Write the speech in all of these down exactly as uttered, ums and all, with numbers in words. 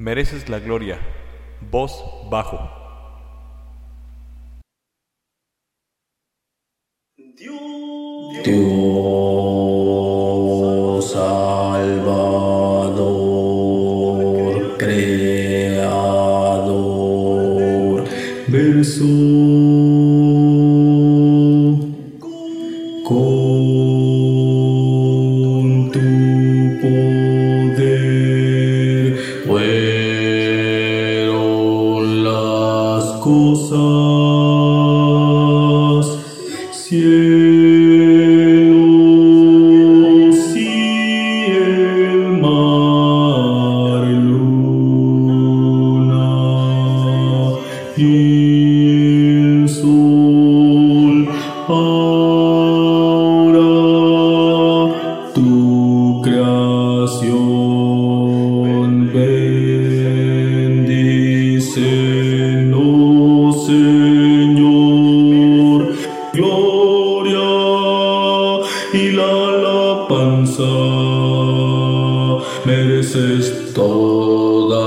Mereces la gloria, voz bajo. Dios Salvador, Creador, verso con tu poder fueron las cosas, cielos y el mar, luna y el sol. Ahora tu creación bendícenos, Señor. Gloria y la alabanza, mereces toda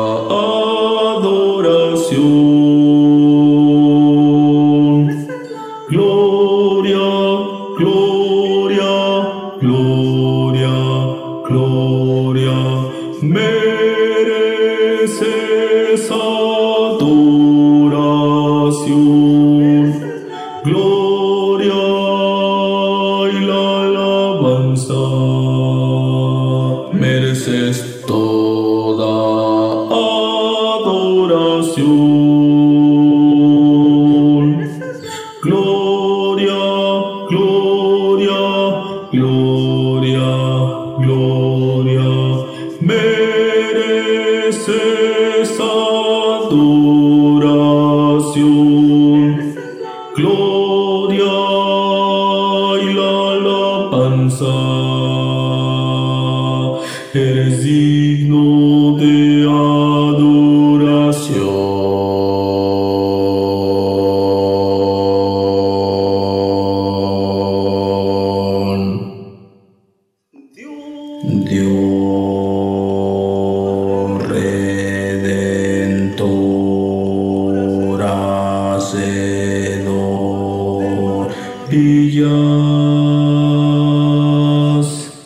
adoración. Gloria, gloria, gloria, gloria, mereces adoración. Gloria y la alabanza, mereces toda adoración. Gloria, gloria, gloria, gloria, mereces adoración. Gloria y la alabanza, eres digno de adoración. Dios Redentor, Hacedor villas,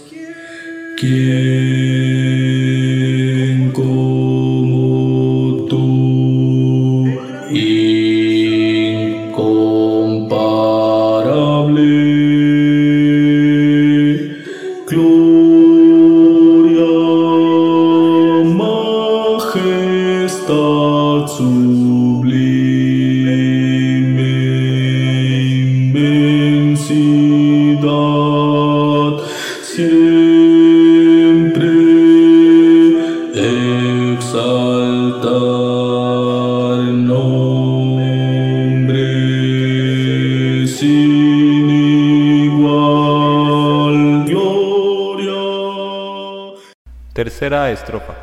¿quién como tú, incomparable? Gloria, majestad sublime, inmensidad, siempre exaltar nombre sin igual. Gloria. Tercera estrofa.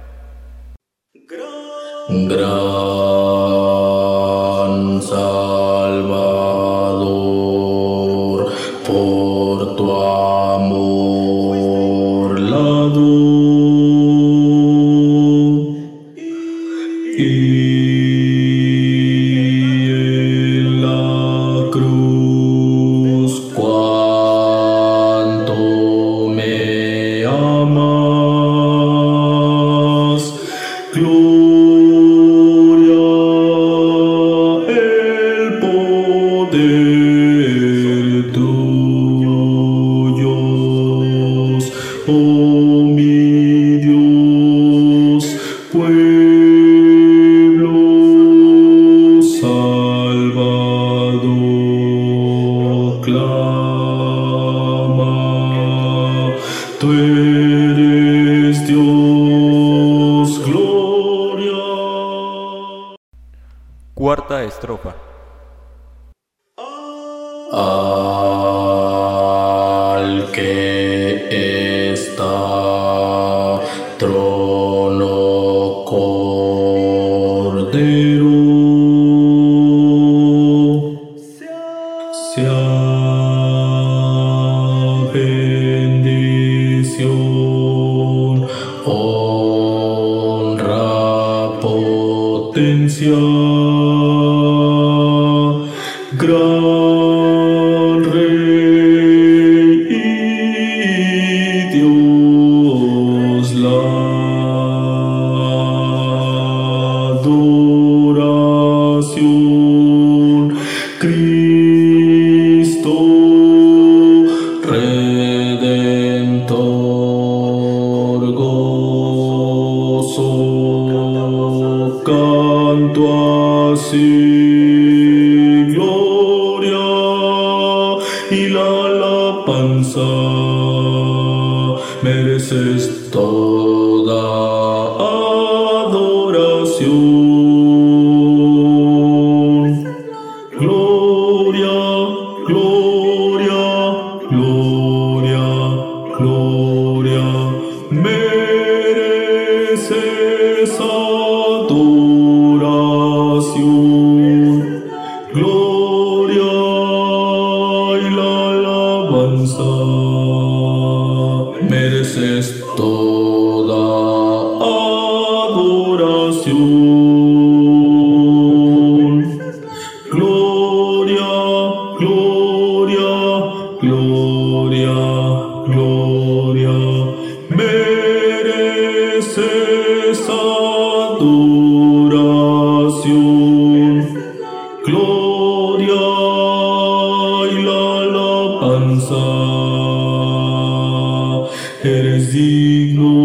Gran Salvador, por tu amor la doy, y en la cruz cuánto me amas. Gloria, el poder tuyos, oh mi Dios. Pueblo Salvador clama, tú eres Dios. Gloria. Cuarta estrofa. Al que está trono Cordero, sea bendición, honra potencia, gran Rey y Dios, la adoración, Cristo Redentor, gozo, canto así, gloria y la alabanza, mereces toda adoración. Gloria, gloria, gloria, gloria, mereces adoración. Gloria y la alabanza, mereces toda adoración. Gloria, gloria, gloria, gloria, mereces adoración. Gloria y la alabanza, eres digno